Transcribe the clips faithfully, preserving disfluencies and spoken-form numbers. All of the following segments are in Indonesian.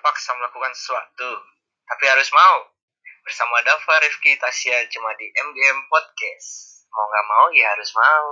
terpaksa melakukan sesuatu, tapi harus mau. Bersama Dava, Rifki, Tasya, cuma di M G M Podcast. Mau gak mau ya harus mau.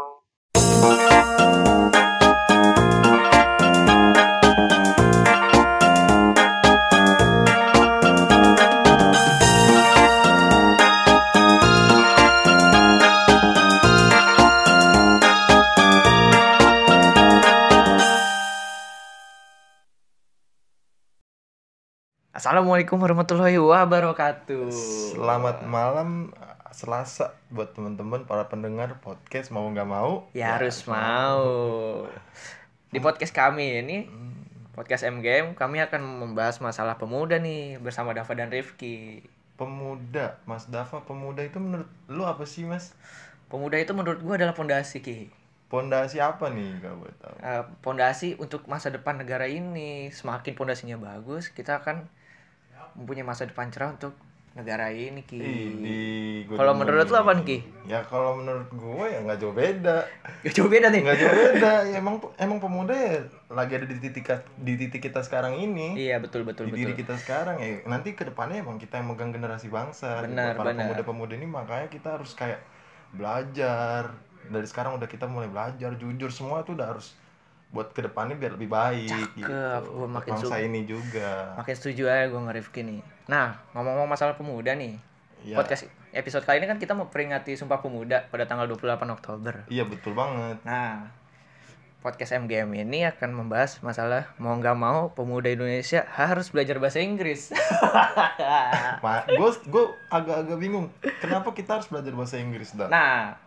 Assalamualaikum warahmatullahi wabarakatuh. Selamat malam Selasa buat teman-teman para pendengar podcast mau nggak mau Ya, ya harus mau. Di podcast kami ini, podcast M G M, kami akan membahas masalah pemuda nih bersama Dava dan Rifki. Pemuda, Mas Dava, pemuda itu menurut lu apa sih, Mas? Pemuda itu menurut gua adalah pondasi, Ki. Pondasi apa nih kalau boleh tahu? Uh, pondasi untuk masa depan negara ini. Semakin pondasinya bagus, kita akan mempunyai masa depan cerah untuk negara ini, Ki. Kalau menurut lu apa nih, Ki? Ya kalau menurut gue ya nggak jauh beda. Gak jauh beda nih. Nggak jauh beda. Ya, emang emang pemuda ya lagi ada di titik di titik kita sekarang ini. Iya betul betul di betul. Diri kita sekarang ya. Nanti kedepannya emang kita yang megang generasi bangsa. Benar, para benar. pemuda-pemuda ini makanya kita harus kayak belajar. Dari sekarang udah kita mulai belajar jujur, semua tuh udah harus buat kedepannya biar lebih baik. Cakep, gitu. gue makin bangsa su- ini juga. Makin setuju aja gue nge-Rifki nih. Nah, ngomong-ngomong masalah pemuda nih, ya. Podcast episode kali ini kan kita memperingati Sumpah Pemuda pada tanggal dua puluh delapan Oktober. Iya betul banget. Nah, podcast M G M ini akan membahas masalah mau nggak mau pemuda Indonesia harus belajar bahasa Inggris. Gue gue agak-agak bingung kenapa kita harus belajar bahasa Inggris, dah? Nah,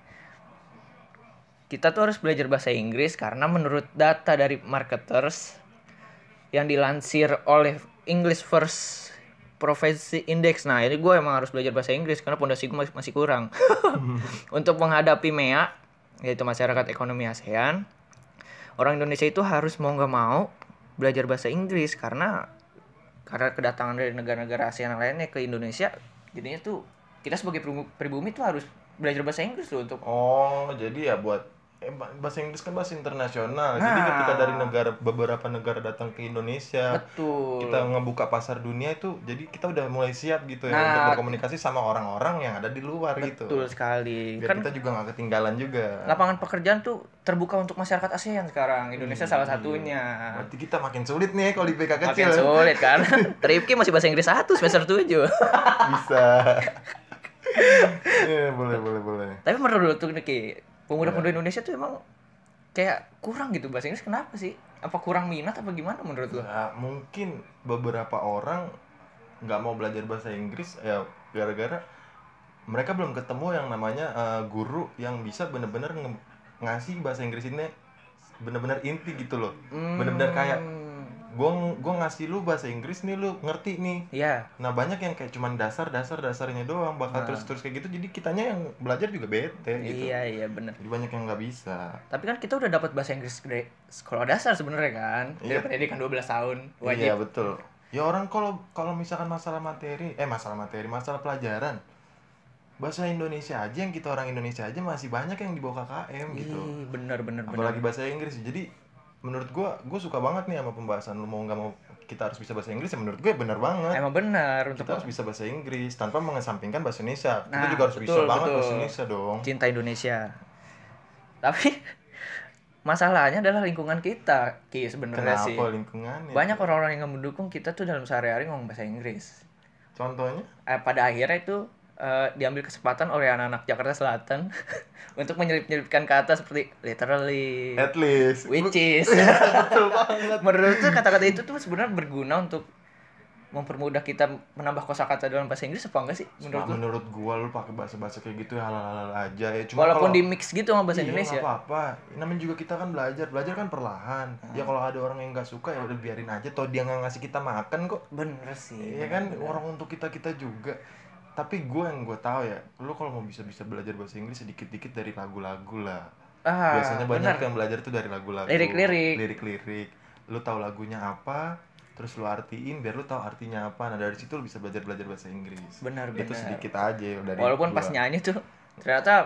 kita tuh harus belajar bahasa Inggris karena menurut data dari marketers yang dilansir oleh English First Proficiency Index. Nah, ini gue emang harus belajar bahasa Inggris karena pondasi gue masih, masih kurang. Untuk menghadapi M E A, yaitu masyarakat ekonomi ASEAN, orang Indonesia itu harus mau nggak mau belajar bahasa Inggris karena karena kedatangan dari negara-negara ASEAN lainnya ke Indonesia, jadinya tuh kita sebagai pribumi tuh harus belajar bahasa Inggris loh untuk. Oh, jadi ya buat Eh, bahasa Inggris kan bahasa internasional. Nah, jadi ketika dari negara beberapa negara datang ke Indonesia, betul, kita ngebuka pasar dunia itu, jadi kita udah mulai siap gitu ya, nah, untuk berkomunikasi sama orang-orang yang ada di luar. betul gitu. Betul sekali. Biar Kan kita juga nggak ketinggalan juga. Lapangan pekerjaan tuh terbuka untuk masyarakat ASEAN sekarang. Indonesia hmm, salah satunya. Berarti kita makin sulit nih kalau di B K kecil. Makin sulit kan. Rifki masih bahasa Inggris satu semester tujuh. Bisa. Iya, boleh boleh boleh. Tapi menurut tuh Ki, pemuda-pemuda ya. Indonesia tuh emang kayak kurang gitu bahasa Inggris, kenapa sih? Apa kurang minat apa gimana menurut lo? Ya, mungkin beberapa orang nggak mau belajar bahasa Inggris ya gara-gara mereka belum ketemu yang namanya uh, guru yang bisa bener-bener nge- ngasih bahasa Inggris ini bener-bener inti gitu loh. Hmm. Bener-bener kayak gue gue ngasih lu bahasa Inggris nih, lu ngerti nih. Iya. Nah banyak yang kayak cuman dasar-dasar dasarnya doang bakal nah. terus-terus kayak gitu, jadi kitanya yang belajar juga bete gitu. Iya iya benar. Jadi banyak yang nggak bisa. Tapi kan kita udah dapat bahasa Inggris dari sekolah dasar sebenarnya kan, dari iya. pendidikan dua belas tahun wajib. Iya betul. Ya orang kalau kalau misalkan masalah materi, eh masalah materi, masalah pelajaran, bahasa Indonesia aja yang kita orang Indonesia aja masih banyak yang dibawa K K M gitu. Ih, bener bener. Apalagi bener. bahasa Inggris. Jadi menurut gue, gue suka banget nih sama pembahasan lu mau nggak mau kita harus bisa bahasa Inggris. Ya menurut gue benar banget. Emang benar untuk kita harus bisa bahasa Inggris tanpa mengesampingkan bahasa Indonesia. Nah, kita juga harus betul, bisa betul. banget bahasa Indonesia dong. Cinta Indonesia. Tapi masalahnya adalah lingkungan kita, Ki, sebenarnya sih. Kenapa lingkungannya? Banyak orang-orang yang mendukung kita tuh dalam sehari-hari ngomong bahasa Inggris. Contohnya? Eh, pada akhirnya itu uh, diambil kesempatan oleh anak-anak Jakarta Selatan untuk menyelip-nyelipkan kata seperti literally, at least, which is. Betul banget. Menurut tuh kata-kata itu tuh sebenarnya berguna untuk mempermudah kita menambah kosakata dalam bahasa Inggris, apa enggak sih menurut nah, lu? Menurut gua lu pakai bahasa-bahasa kayak gitu ya halal-halal aja ya. Cuma walaupun kalau, di mix gitu sama bahasa iya, Indonesia. Iya apa-apa. Namanya juga kita kan belajar, belajar kan perlahan. Hmm. Ya kalau ada orang yang nggak suka ya udah biarin aja. Toh dia nggak ngasih kita makan kok. Bener sih. Iya kan, bener. Orang untuk kita kita juga. Tapi gue yang gue tahu ya, lu kalau mau bisa-bisa belajar bahasa Inggris sedikit-dikit dari lagu-lagu lah. Ah, biasanya banyak bener. yang belajar tuh dari lagu-lagu. Lirik-lirik. Lirik-lirik. Lu tahu lagunya apa, terus lu artiin biar lu tahu artinya apa. Nah dari situ lu bisa belajar-belajar bahasa Inggris. Benar benar. Itu sedikit aja dari walaupun gua. Pas nyanyi tuh ternyata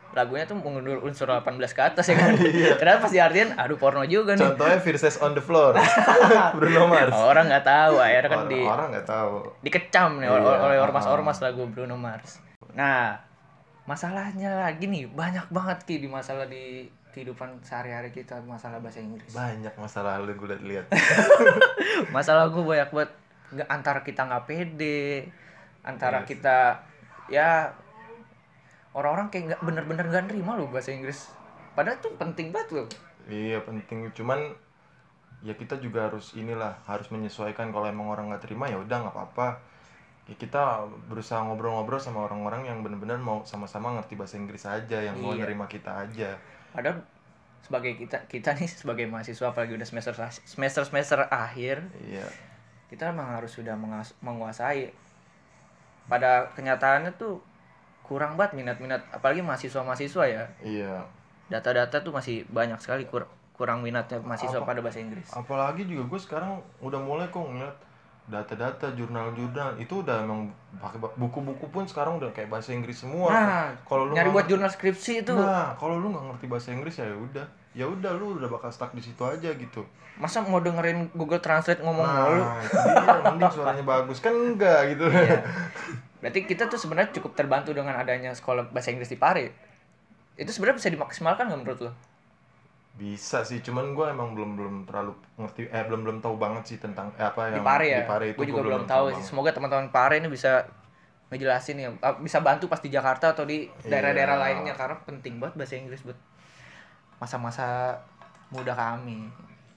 lagunya tuh mengundur unsur delapan belas ke atas ya kan. Kenapa pas diartiin aduh porno juga nih. Contohnya Verses on the Floor. Bruno Mars. Orang nggak tahu, akhirnya kan orang, di orang nggak tahu. Dikecam nih Iya, oleh, oleh uh-uh. ormas-ormas lagu Bruno Mars. Nah, masalahnya lagi nih banyak banget Ki di masalah di kehidupan sehari-hari kita masalah bahasa Inggris. Banyak masalah lu gue lihat. Masalah gue banyak banget, nggak antara kita nggak pede, antara Yes. kita ya orang-orang kayak nggak bener-bener nggak nerima loh bahasa Inggris. Padahal tuh penting banget loh. Iya penting, cuman ya kita juga harus inilah harus menyesuaikan. Kalau emang orang nggak terima ya udah nggak apa-apa. Ya kita berusaha ngobrol-ngobrol sama orang-orang yang benar-benar mau sama-sama ngerti bahasa Inggris aja, yang mau Iya. nerima kita aja. Padahal sebagai kita kita nih sebagai mahasiswa apalagi udah semester semester semester akhir, Iya. kita memang harus sudah mengas- menguasai. Pada kenyataannya tuh kurang banget minat-minat apalagi mahasiswa-mahasiswa ya. Iya. Data-data tuh masih banyak sekali kur- kurang minatnya mahasiswa Apa- pada bahasa Inggris. Apalagi juga gue sekarang udah mulai kok ngeliat data-data jurnal-jurnal itu udah emang pakai ba- buku-buku pun sekarang udah kayak bahasa Inggris semua. Nah, kalau lu nyari nggak buat ngerti- jurnal skripsi itu Nah, kalau lu nggak ngerti bahasa Inggris ya udah, ya udah lu udah bakal stuck di situ aja gitu. masa mau dengerin Google Translate ngomong mulu. Nah, itu dia, mending suaranya bagus kan enggak gitu. Iya. Berarti kita tuh sebenarnya cukup terbantu dengan adanya sekolah bahasa Inggris di Pare. Itu sebenarnya bisa dimaksimalkan nggak menurut lo? Bisa sih, cuman gue emang belum belum terlalu ngerti, eh belum belum tahu banget sih tentang eh, apa Di yang Pare ya? di Pare itu. Gue juga gua belum tahu sih. banget. Semoga teman-teman Pare ini bisa ngejelasin ya, ah, bisa bantu pas di Jakarta atau di daerah-daerah Iya. lainnya karena penting banget bahasa Inggris buat masa-masa muda kami.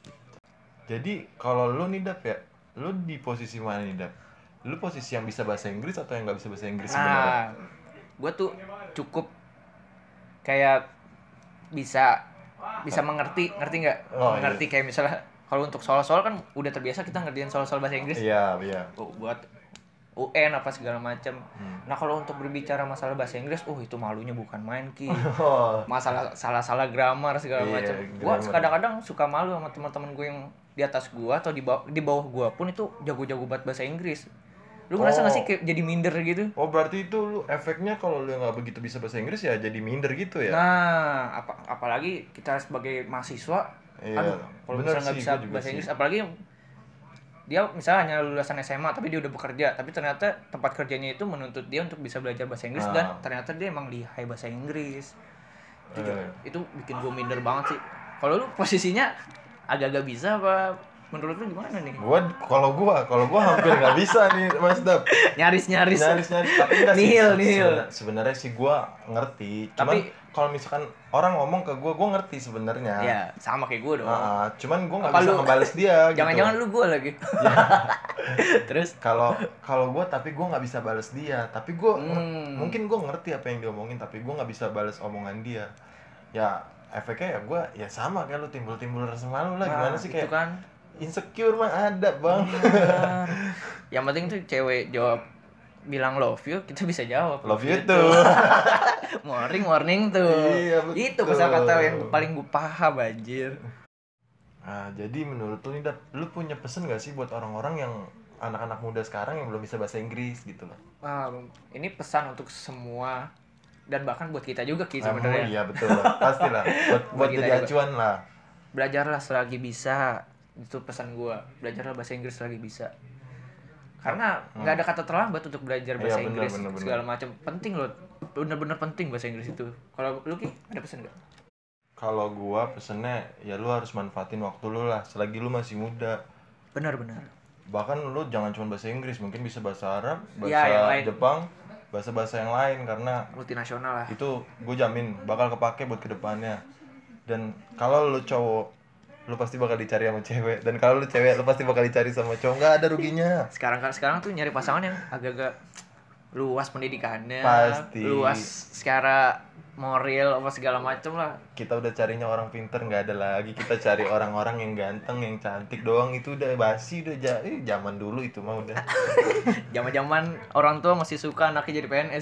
Jadi kalau lu nih Dap ya, lu di posisi mana nih Dap? Lu posisi yang bisa bahasa Inggris atau yang nggak bisa bahasa Inggris sebenarnya? Nah, gue tuh cukup kayak bisa bisa mengerti, ngerti nggak? Oh, mengerti kayak misalnya kalau untuk soal-soal kan udah terbiasa kita ngertiin soal-soal bahasa Inggris. Iya, iya. Oh, buat U N apa segala macam. Hmm. Nah, kalau untuk berbicara masalah bahasa Inggris, oh itu malunya bukan main Ki. Oh, Masalah salah-salah grammar segala Iya, macam. Gua grammar. kadang-kadang suka malu sama teman-teman gue yang di atas gua atau di bawah di bawah gua pun itu jago-jago banget bahasa Inggris. Lu ngerasa Oh. nggak sih kayak jadi minder gitu? oh berarti itu lu efeknya kalau lu nggak begitu bisa bahasa Inggris ya jadi minder gitu ya? Nah, apa apalagi kita sebagai mahasiswa, Iya, aduh, kalau bener misalnya nggak sih, bisa gua juga bahasa sih. Inggris, apalagi dia misalnya hanya lulusan S M A tapi dia udah bekerja, tapi ternyata tempat kerjanya itu menuntut dia untuk bisa belajar bahasa Inggris Nah. dan ternyata dia emang lihai bahasa Inggris. Itu, juga- Eh. itu bikin gue minder banget sih. Kalau lu posisinya agak-agak bisa apa menurut lu gimana nih? Gua kalau gua kalau gua hampir nggak bisa nih Mas Dap. Nyaris-nyaris. Nyaris-nyaris tapi enggak sih. Nihil, Se- nihil. sebenar- Sebenarnya sih gua ngerti. Cuman Tapi- kalau misalkan orang ngomong ke gua, gua ngerti sebenarnya. Ya, sama kayak gue dong. Ah, ah, cuman gua nggak Apa bisa lu- ngebales dia gitu. Jangan-jangan lu gue lagi. Terus Kalau kalau gua tapi gua nggak bisa bales dia. Tapi gua Hmm. mungkin gua ngerti apa yang diomongin tapi gua nggak bisa bales omongan dia. Ya efeknya ya gua ya sama kayak lu timbul-timbul rasa malu lah. Gimana nah, sih itu kayak kan. insecure mah ada bang. Benar. Yang penting tuh cewek jawab bilang love you, kita bisa jawab Love you too. morning morning tuh. Iya, betul. Itu kata-kata yang paling gue paham anjir. Nah, jadi menurut lu nih, Dap, lu punya pesen gak sih buat orang-orang yang anak-anak muda sekarang yang belum bisa bahasa Inggris gitu loh? Ah, ini pesan untuk semua dan bahkan buat kita juga Ki Nah, sebenarnya. iya betul, pastilah. Buat, buat kita jadi juga. acuan lah. Belajarlah selagi bisa. Itu pesan gua. Belajarlah bahasa Inggris selagi bisa. Karena nggak ada kata terlambat untuk belajar bahasa Iya, bener, Inggris bener, bener. segala macam. Penting loh. Bener-bener penting bahasa Inggris itu. Kalau lu Ki, ada pesan nggak? Kalau gua pesennya ya lu harus manfaatin waktu lu lah selagi lu masih muda. Benar-benar. Bahkan lu jangan cuma bahasa Inggris, mungkin bisa bahasa Arab, bahasa Ya, yang lain. Jepang, bahasa-bahasa yang lain karena Multinasional lah. itu gue jamin bakal kepake buat kedepannya. Dan kalau lu cowok, lu pasti bakal dicari sama cewek. Dan kalau lu cewek, lu pasti bakal dicari sama cowok. Nggak ada ruginya. Sekarang kan sekarang tuh nyari pasangan yang agak-agak luas pendidikannya, Pasti. luas secara moral apa segala macem lah. Kita udah carinya orang pinter, nggak ada lagi. Kita cari orang-orang yang ganteng, yang cantik doang. Itu udah basi, udah ja- eh, zaman dulu itu mah udah. Zaman-zaman orang tua masih suka anaknya jadi P N S.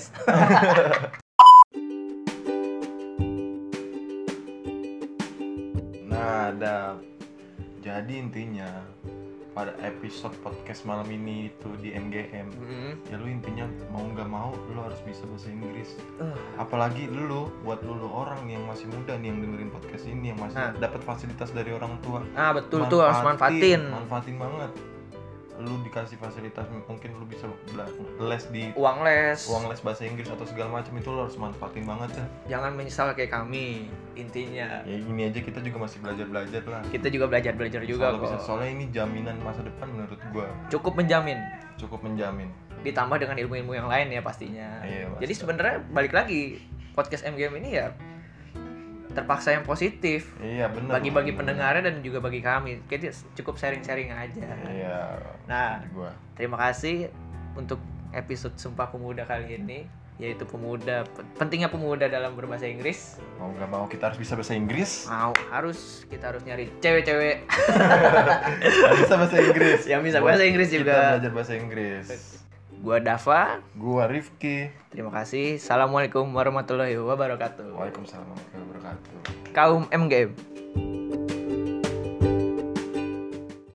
Nah, ada. Jadi intinya pada episode podcast malam ini itu di M G M, Mm-hmm. ya lu intinya mau nggak mau lu harus bisa bahasa Inggris. Uh. Apalagi lu, buat lu, lu orang yang masih muda nih yang dengerin podcast ini, yang masih Nah. dapat fasilitas dari orang tua. Ah betul tuh, harus manfaatin. Manfaatin banget. Lu dikasih fasilitas, mungkin lu bisa bela- les di Uang les. uang les bahasa Inggris atau segala macam, itu lu harus manfaatin banget ya. Jangan menyesal kayak kami. Intinya Ya ini aja kita juga masih belajar-belajar lah. kita juga belajar-belajar juga Soalnya bisa, kok. soalnya ini jaminan masa depan menurut gua, Cukup menjamin. cukup menjamin. Ditambah dengan ilmu-ilmu yang lain ya pastinya. Iya, Jadi pasti. sebenarnya balik lagi podcast M G M ini ya terpaksa yang positif. Iya benar. Bagi-bagi pendengarnya dan juga bagi kami. Kita cukup sharing-sharing aja. Iya. Nah, menurut gua. terima kasih untuk episode Sumpah Pemuda kali ini, yaitu pemuda, pentingnya pemuda dalam berbahasa Inggris. Mau nggak mau kita harus bisa bahasa Inggris. Mau harus kita harus nyari cewek-cewek Harus bisa bahasa Inggris. yang bisa Buat bahasa Inggris kita juga. belajar bahasa Inggris. Gua Dava. Gua Rifki. Terima kasih. Assalamualaikum warahmatullahi wabarakatuh. Waalaikumsalam warahmatullahi wabarakatuh. Kaum M G M.